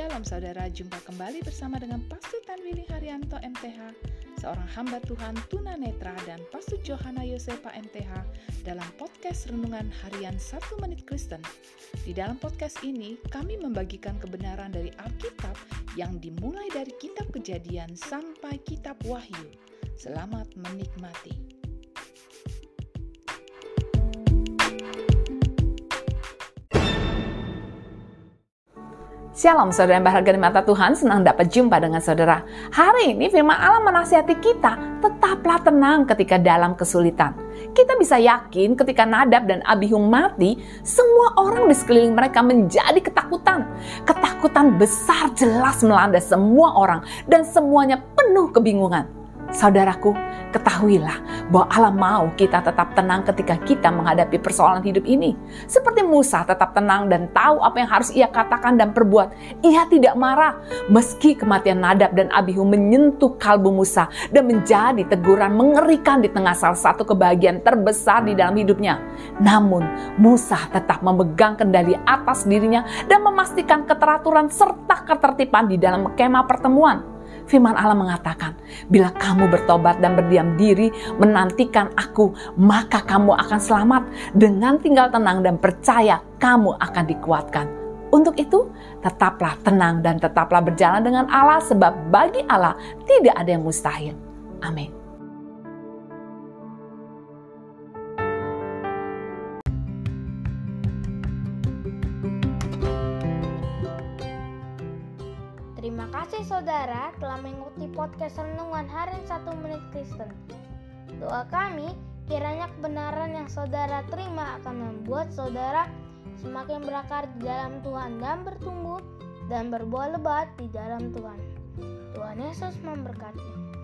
Shalom saudara, jumpa kembali bersama dengan Pastor Tanwili Haryanto MTH, seorang hamba Tuhan tunanetra, dan Pastor Johana Yosepa MTH dalam podcast Renungan Harian 1 Menit Kristen. Di dalam podcast ini, kami membagikan kebenaran dari Alkitab yang dimulai dari kitab Kejadian sampai kitab Wahyu. Selamat menikmati. Shalom saudara yang berharga di mata Tuhan, senang dapat jumpa dengan saudara. Hari ini firman Allah menasihati kita, tetaplah tenang ketika dalam kesulitan. Kita bisa yakin ketika Nadab dan Abihu mati, semua orang di sekeliling mereka menjadi ketakutan. Ketakutan besar jelas melanda semua orang dan semuanya penuh kebingungan. Saudaraku, ketahuilah bahwa Allah mau kita tetap tenang ketika kita menghadapi persoalan hidup ini. Seperti Musa tetap tenang dan tahu apa yang harus ia katakan dan perbuat. Ia tidak marah meski kematian Nadab dan Abihu menyentuh kalbu Musa dan menjadi teguran mengerikan di tengah salah satu kebahagiaan terbesar di dalam hidupnya. Namun Musa tetap memegang kendali atas dirinya dan memastikan keteraturan serta ketertiban di dalam kemah pertemuan. Firman Allah mengatakan, bila kamu bertobat dan berdiam diri menantikan aku, maka kamu akan selamat. Dengan tinggal tenang dan percaya, kamu akan dikuatkan. Untuk itu, tetaplah tenang dan tetaplah berjalan dengan Allah, sebab bagi Allah tidak ada yang mustahil. Amin. Terima kasih saudara telah mengikuti podcast Renungan Harian 1 Menit Kristen. Doa kami, kiranya kebenaran yang saudara terima akan membuat saudara semakin berakar di dalam Tuhan dan bertumbuh dan berbuah lebat di dalam Tuhan. Tuhan Yesus memberkati.